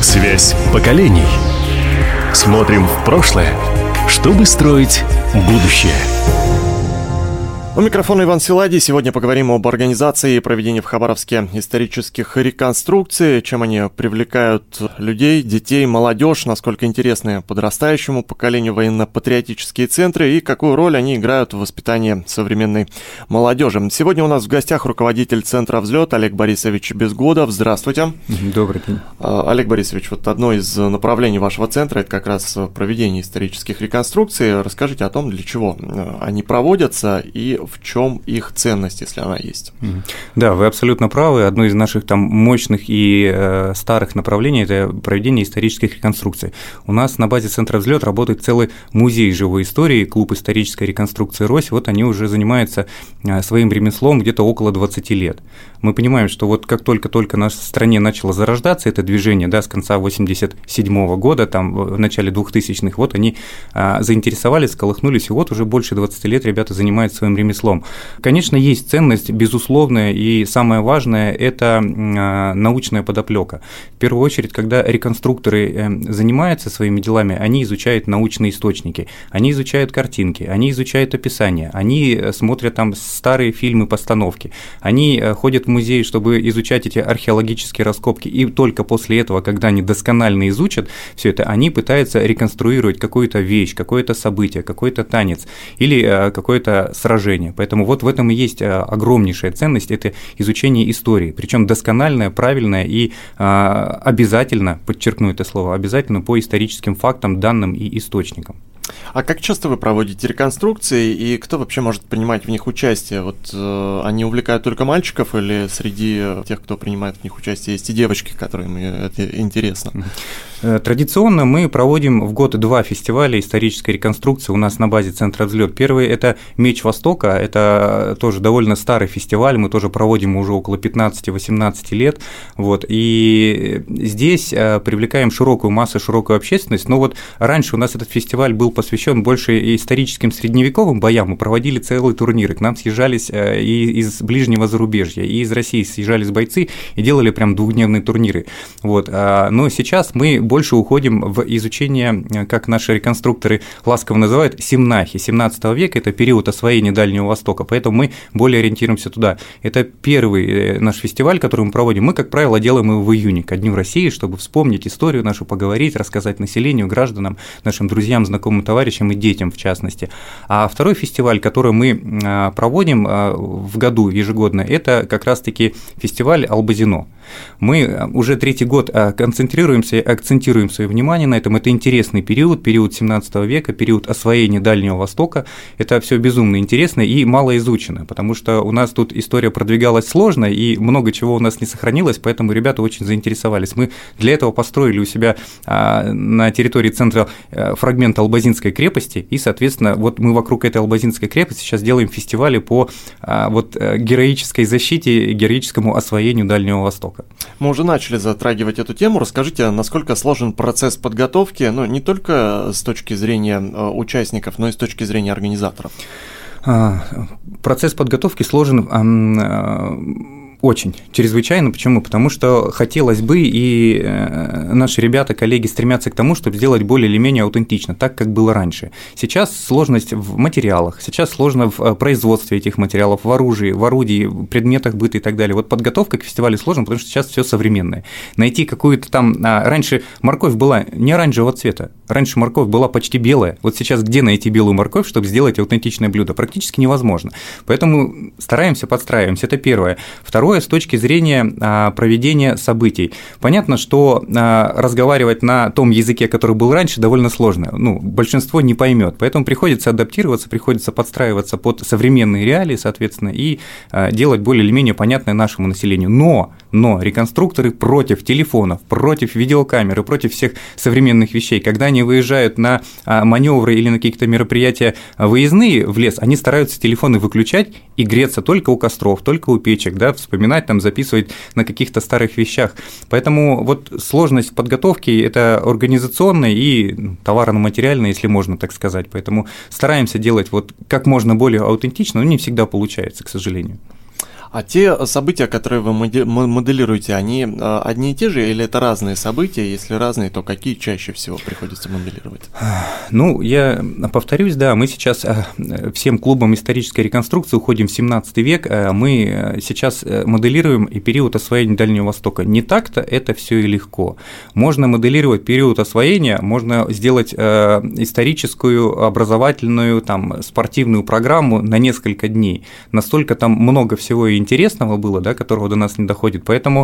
Связь поколений. Смотрим в прошлое, чтобы строить будущее. У микрофона Иван Силадий. Сегодня поговорим об организации и проведении в Хабаровске исторических реконструкций, чем они привлекают людей, детей, молодежь, насколько интересны подрастающему поколению военно-патриотические центры и какую роль они играют в воспитании современной молодежи. Сегодня у нас в гостях руководитель Центра «Взлет» Олег Борисович Безгодов. Здравствуйте. Добрый день. Олег Борисович, вот одно из направлений вашего центра – это как раз проведение исторических реконструкций. Расскажите о том, для чего они проводятся и в чем их ценность, если она есть. Да, вы абсолютно правы. Одно из наших там мощных и старых направлений – это проведение исторических реконструкций. У нас на базе Центра «Взлет» работает целый музей живой истории, клуб исторической реконструкции «Рось». Вот они уже занимаются своим ремеслом где-то около 20 лет. Мы понимаем, что вот как только-только в нашей стране начало зарождаться это движение, да, с конца 1987 года, там, в начале 2000-х, вот они заинтересовались, сколыхнулись, и вот уже больше 20 лет ребята занимаются своим ремеслом. Конечно, есть ценность, безусловная, и самое важное – это научная подоплека. В первую очередь, когда реконструкторы занимаются своими делами, они изучают научные источники, они изучают картинки, они изучают описания, они смотрят там старые фильмы, постановки, они ходят в музей, чтобы изучать эти археологические раскопки, и только после этого, когда они досконально изучат все это, они пытаются реконструировать какую-то вещь, какое-то событие, какой-то танец или какое-то сражение. Поэтому вот в этом и есть огромнейшая ценность – это изучение истории, причем доскональное, правильное и обязательно, подчеркну это слово, обязательно по историческим фактам, данным и источникам. А как часто вы проводите реконструкции и кто вообще может принимать в них участие? Вот они увлекают только мальчиков или среди тех, кто принимает в них участие, есть и девочки, которым это интересно? Традиционно мы проводим в год 2 фестиваля исторической реконструкции у нас на базе Центра «Взлет». Первый – это «Меч Востока», это тоже довольно старый фестиваль, мы тоже проводим уже около 15-18 лет, вот, и здесь привлекаем широкую массу, широкую общественность, но вот раньше у нас этот фестиваль был посвящен больше историческим средневековым боям, мы проводили целые турниры, к нам съезжались и из ближнего зарубежья, и из России съезжались бойцы и делали прям двухдневные турниры, вот, но сейчас мы больше уходим в изучение, как наши реконструкторы ласково называют, симнахи. 17 века – это период освоения Дальнего Востока, поэтому мы более ориентируемся туда. Это первый наш фестиваль, который мы проводим. Мы, как правило, делаем его в июне, ко Дню России, чтобы вспомнить историю нашу, поговорить, рассказать населению, гражданам, нашим друзьям, знакомым, товарищам и детям в частности. А второй фестиваль, который мы проводим в году ежегодно, это как раз-таки фестиваль Албазино. Мы уже 3-й год концентрируемся и акцентируем свое внимание на этом. Это интересный период 17 века, период освоения Дальнего Востока. Это все безумно интересно и мало изучено, потому что у нас тут история продвигалась сложно, и много чего у нас не сохранилось, поэтому ребята очень заинтересовались. Мы для этого построили у себя на территории центра фрагмент Албазинской крепости, и, соответственно, вот мы вокруг этой Албазинской крепости сейчас делаем фестивали по вот героической защите, героическому освоению Дальнего Востока. Мы уже начали затрагивать эту тему. Расскажите, насколько сложен процесс подготовки, ну, не только с точки зрения участников, но и с точки зрения организаторов? Процесс подготовки сложен очень, чрезвычайно. Почему? Потому что хотелось бы, и наши ребята, коллеги стремятся к тому, чтобы сделать более или менее аутентично, так, как было раньше. Сейчас сложность в материалах, сейчас сложно в производстве этих материалов, в оружии, в орудии, предметах быта и так далее. Вот подготовка к фестивалю сложна, потому что сейчас все современное. Найти какую-то там… Раньше морковь была не оранжевого цвета, раньше морковь была почти белая. Вот сейчас где найти белую морковь, чтобы сделать аутентичное блюдо? Практически невозможно. Поэтому стараемся, подстраиваемся. Это первое. Второе, с точки зрения проведения событий. Понятно, что разговаривать на том языке, который был раньше, довольно сложно. Ну, большинство не поймет, поэтому приходится адаптироваться, приходится подстраиваться под современные реалии, соответственно, и делать более или менее понятное нашему населению. Но реконструкторы против телефонов, против видеокамеры, против всех современных вещей. Когда они выезжают на маневры или на какие-то мероприятия выездные в лес, они стараются телефоны выключать и греться только у костров, только у печек, да, вспоминать, там, записывать на каких-то старых вещах. Поэтому вот сложность подготовки – это организационная и товарно-материальная, если можно так сказать. Поэтому стараемся делать вот как можно более аутентично, но не всегда получается, к сожалению. А те события, которые вы моделируете, они одни и те же или это разные события? Если разные, то какие чаще всего приходится моделировать? Ну, я повторюсь, да, мы сейчас всем клубам исторической реконструкции уходим в 17 век, мы сейчас моделируем и период освоения Дальнего Востока. Не так-то это все и легко. Можно моделировать период освоения, можно сделать историческую, образовательную, там, спортивную программу на несколько дней. Настолько там много всего и интересного было, да, которого до нас не доходит, поэтому…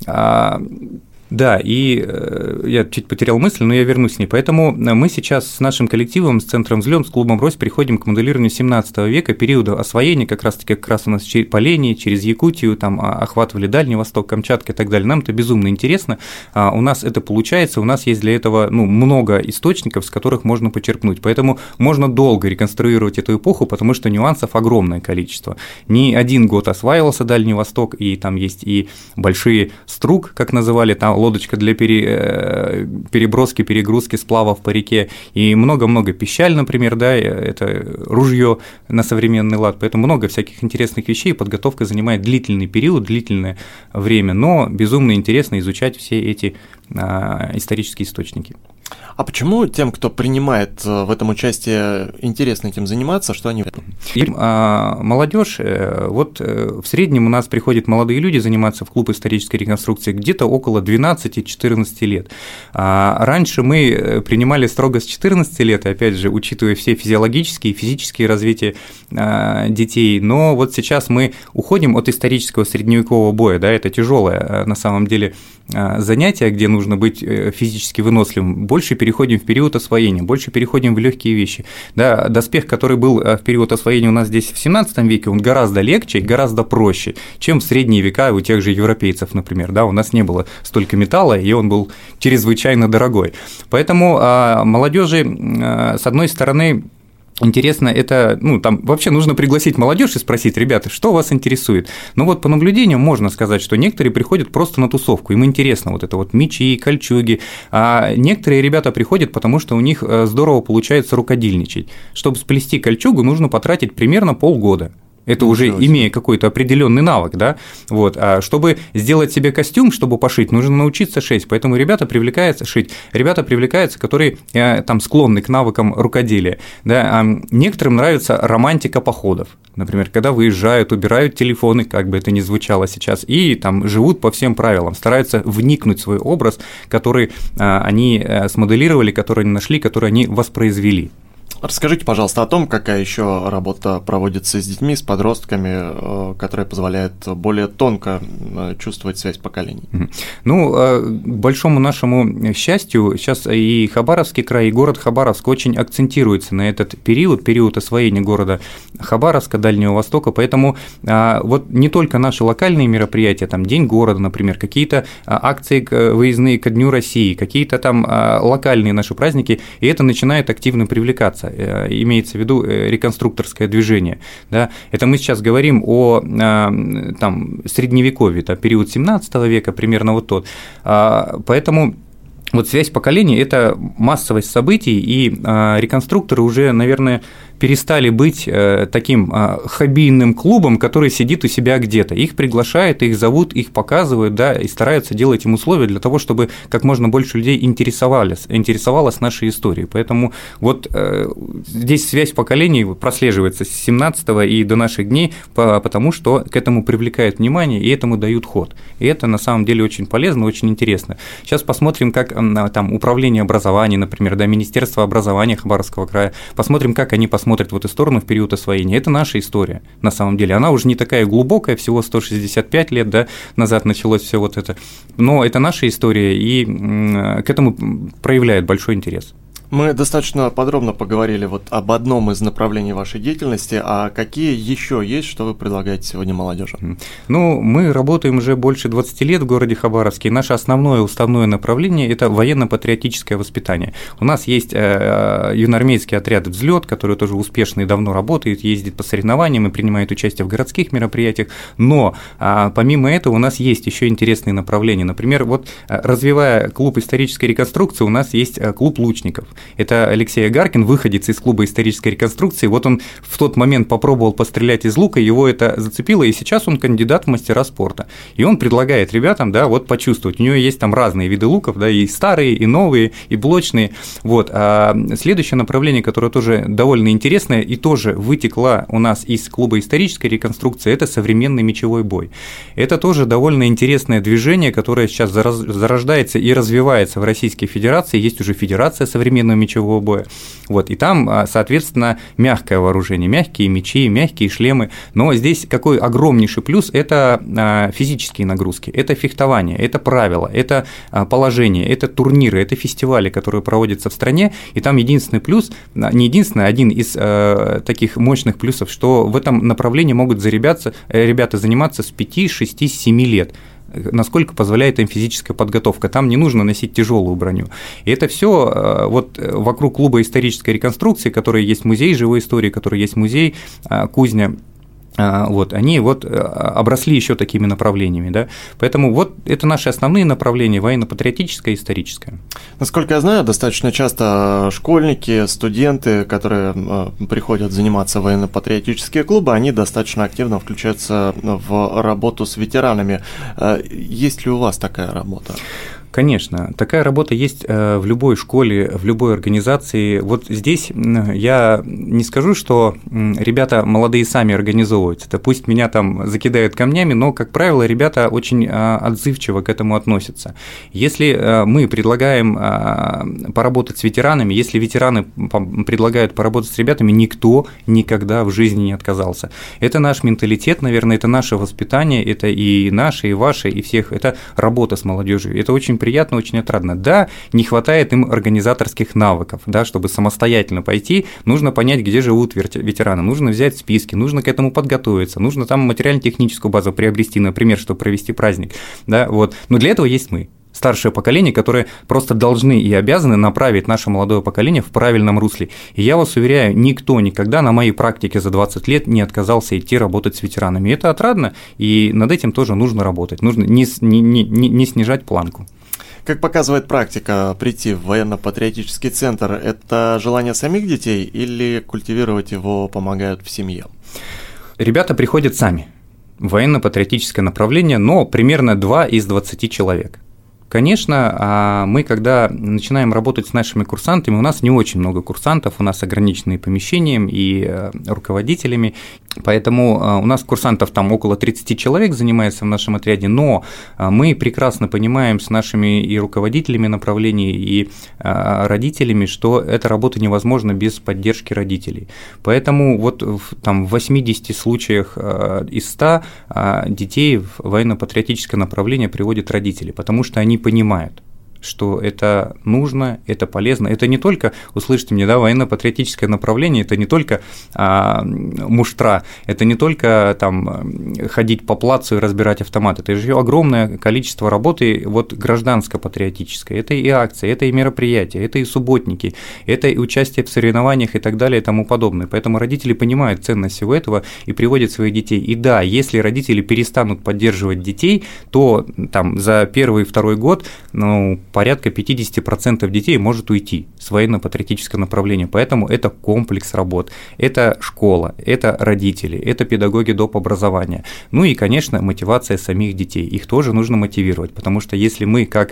Да, и я чуть потерял мысль, но я вернусь к ней. Поэтому мы сейчас с нашим коллективом, с Центром «Взлёт», с клубом «Рось» переходим к моделированию 17 века, периода освоения, как раз у нас по линии, через Якутию, там охватывали Дальний Восток, Камчатка и так далее. Нам это безумно интересно, у нас это получается, у нас есть для этого много источников, с которых можно почерпнуть. Поэтому можно долго реконструировать эту эпоху, потому что нюансов огромное количество. Не один год осваивался Дальний Восток, и там есть и большие струк, как называли, там лодочка для переброски, перегрузки сплавов по реке, и много-много пищаль, например, да, это ружье на современный лад, поэтому много всяких интересных вещей, подготовка занимает длительный период, длительное время, но безумно интересно изучать все эти исторические источники. А почему тем, кто принимает в этом участие, интересно этим заниматься, что они… Молодежь, вот в среднем у нас приходят молодые люди заниматься в клуб исторической реконструкции где-то около 12-14 лет. Раньше мы принимали строго с 14 лет, опять же, учитывая все физиологические и физические развития детей, но вот сейчас мы уходим от исторического средневекового боя, да, это тяжелое на самом деле занятие, где нужно быть физически выносливым, больше переходим в период освоения, больше переходим в легкие вещи. Да, доспех, который был в период освоения у нас здесь в 17 веке, он гораздо легче, гораздо проще, чем в средние века у тех же европейцев, например. Да, у нас не было столько металла, и он был чрезвычайно дорогой. Поэтому молодежи, с одной стороны, интересно, это, там вообще нужно пригласить молодежь и спросить: ребята, что вас интересует? Ну вот по наблюдениям можно сказать, что некоторые приходят просто на тусовку, им интересно вот это вот мечи, кольчуги, а некоторые ребята приходят, потому что у них здорово получается рукодельничать. Чтобы сплести кольчугу, нужно потратить примерно полгода. Это уже имея какой-то определенный навык, да, вот, а чтобы сделать себе костюм, чтобы пошить, нужно научиться шить, поэтому ребята привлекаются, которые там склонны к навыкам рукоделия, да, а некоторым нравится романтика походов, например, когда выезжают, убирают телефоны, как бы это ни звучало сейчас, и там живут по всем правилам, стараются вникнуть в свой образ, который они смоделировали, который они нашли, который они воспроизвели. Расскажите, пожалуйста, о том, какая еще работа проводится с детьми, с подростками, которая позволяет более тонко чувствовать связь поколений. Ну, к большому нашему счастью, сейчас и Хабаровский край, и город Хабаровск очень акцентируется на этот период освоения города Хабаровска, Дальнего Востока, поэтому вот не только наши локальные мероприятия, там День города, например, какие-то акции выездные ко Дню России, какие-то там локальные наши праздники, и это начинает активно привлекаться. Имеется в виду реконструкторское движение. Да? Это мы сейчас говорим о там, средневековье, это период 17 века, примерно вот тот. Поэтому вот связь поколений – это массовость событий, и реконструкторы уже, наверное, перестали быть таким хоббийным клубом, который сидит у себя где-то. Их приглашают, их зовут, их показывают, да, и стараются делать им условия для того, чтобы как можно больше людей интересовалось нашей историей. Поэтому вот здесь связь поколений прослеживается с 17-го и до наших дней, потому что к этому привлекают внимание и этому дают ход. И это на самом деле очень полезно, очень интересно. Сейчас посмотрим, как там управление образованием, например, да, Министерство образования Хабаровского края, посмотрим, как они посмотрят в эту сторону в период освоения. Это наша история, на самом деле. Она уже не такая глубокая, всего 165 лет, да, назад началось все вот это. Но это наша история, и к этому проявляет большой интерес. Мы достаточно подробно поговорили вот об одном из направлений вашей деятельности, а какие еще есть, что вы предлагаете сегодня молодежи? Ну, мы работаем уже больше 20 лет в городе Хабаровске, и наше основное уставное направление – это военно-патриотическое воспитание. У нас есть юноармейский отряд «Взлёт», который тоже успешно и давно работает, ездит по соревнованиям и принимает участие в городских мероприятиях, но помимо этого у нас есть еще интересные направления. Например, вот развивая клуб исторической реконструкции, у нас есть клуб лучников. Это Алексей Агаркин, выходец из клуба исторической реконструкции. Вот он в тот момент попробовал пострелять из лука, его это зацепило, и сейчас он кандидат в мастера спорта. И он предлагает ребятам, да, вот почувствовать. У него есть там разные виды луков, да, и старые, и новые, и блочные. Вот. А следующее направление, которое тоже довольно интересное и тоже вытекло у нас из клуба исторической реконструкции, это современный мечевой бой. Это тоже довольно интересное движение, которое сейчас зарождается и развивается в Российской Федерации. Есть уже Федерация современного мечевого боя. Вот. И там, соответственно, мягкое вооружение, мягкие мечи, мягкие шлемы. Но здесь какой огромнейший плюс – это физические нагрузки, это фехтование, это правила, это положение, это турниры, это фестивали, которые проводятся в стране. И там единственный плюс, не единственный, один из таких мощных плюсов, что в этом направлении могут ребята заниматься с 5, 6, 7 лет. Насколько позволяет им физическая подготовка. Там не нужно носить тяжелую броню. И это все вот вокруг клуба исторической реконструкции, который есть музей живой истории, который есть музей кузня. Вот, они вот обросли еще такими направлениями, да? Поэтому вот это наши основные направления – военно-патриотическое и историческое. Насколько я знаю, достаточно часто школьники, студенты, которые приходят заниматься в военно-патриотические клубы, они достаточно активно включаются в работу с ветеранами. Есть ли у вас такая работа? Конечно, такая работа есть в любой школе, в любой организации. Вот здесь я не скажу, что ребята молодые сами организовываются, да пусть меня там закидают камнями, но, как правило, ребята очень отзывчиво к этому относятся. Если мы предлагаем поработать с ветеранами, если ветераны предлагают поработать с ребятами, никто никогда в жизни не отказался. Это наш менталитет, наверное, это наше воспитание, это и наше, и ваше, и всех, это работа с молодежью, это очень приятно, очень отрадно. Да, не хватает им организаторских навыков, да, чтобы самостоятельно пойти, нужно понять, где живут ветераны, нужно взять списки, нужно к этому подготовиться, нужно там материально-техническую базу приобрести, например, чтобы провести праздник, да, вот. Но для этого есть мы. Старшее поколение, которые просто должны и обязаны направить наше молодое поколение в правильном русле. И я вас уверяю, никто никогда на моей практике за 20 лет не отказался идти работать с ветеранами. Это отрадно, и над этим тоже нужно работать, нужно не снижать планку. Как показывает практика, прийти в военно-патриотический центр – это желание самих детей или культивировать его помогают в семье? Ребята приходят сами в военно-патриотическое направление, но примерно 2 из 20 человек. Конечно, мы, когда начинаем работать с нашими курсантами, у нас не очень много курсантов, у нас ограниченные помещением и руководителями, поэтому у нас курсантов там около 30 человек занимается в нашем отряде, но мы прекрасно понимаем с нашими и руководителями направлений, и родителями, что эта работа невозможна без поддержки родителей. Поэтому вот там в 80 случаях из 100 детей в военно-патриотическое направление приводят родители, потому что они понимают, что это нужно, это полезно. Это не только, услышьте меня, да, военно-патриотическое направление, это не только муштра, это не только там ходить по плацу и разбирать автоматы, это же огромное количество работы вот гражданско-патриотической. Это и акции, это и мероприятия, это и субботники, это и участие в соревнованиях и так далее и тому подобное. Поэтому родители понимают ценность всего этого и приводят своих детей. И да, если родители перестанут поддерживать детей, то там за первый и второй год, порядка 50% детей может уйти с военно-патриотического направления, поэтому это комплекс работ, это школа, это родители, это педагоги доп. Образования, ну и, конечно, мотивация самих детей, их тоже нужно мотивировать, потому что если мы, как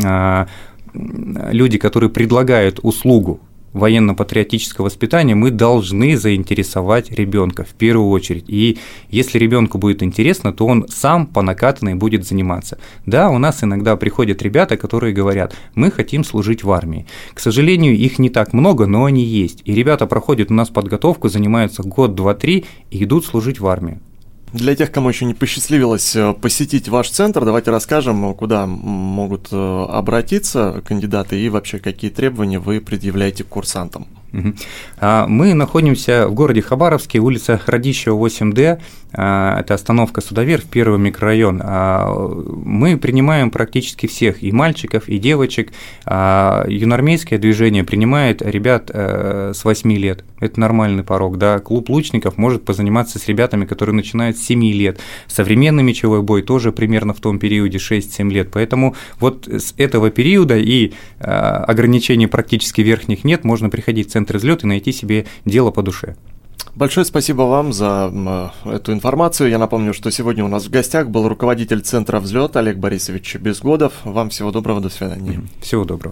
люди, которые предлагают услугу военно-патриотического воспитания, мы должны заинтересовать ребенка в первую очередь. И если ребенку будет интересно, то он сам по накатанной будет заниматься. Да, у нас иногда приходят ребята, которые говорят: мы хотим служить в армии. К сожалению, их не так много, но они есть. И ребята проходят у нас подготовку, занимаются год, 2, 3 и идут служить в армию. Для тех, кому еще не посчастливилось посетить ваш центр, давайте расскажем, куда могут обратиться кандидаты и вообще какие требования вы предъявляете к курсантам. Мы находимся в городе Хабаровске, улица Радищева, 8Д, это остановка Судоверфь, первый микрорайон. Мы принимаем практически всех, и мальчиков, и девочек. Юноармейское движение принимает ребят с 8 лет, это нормальный порог, да. Клуб лучников может позаниматься с ребятами, которые начинают с 7 лет. Современный мечевой бой тоже примерно в том периоде 6-7 лет, поэтому вот с этого периода и ограничений практически верхних нет, можно приходить в центр «Взлет» и найти себе дело по душе. Большое спасибо вам за эту информацию. Я напомню, что сегодня у нас в гостях был руководитель центра «Взлет» Олег Борисович Безгодов. Вам всего доброго, до свидания. Всего доброго.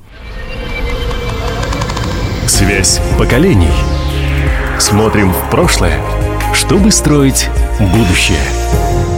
Связь поколений. Смотрим в прошлое, чтобы строить будущее.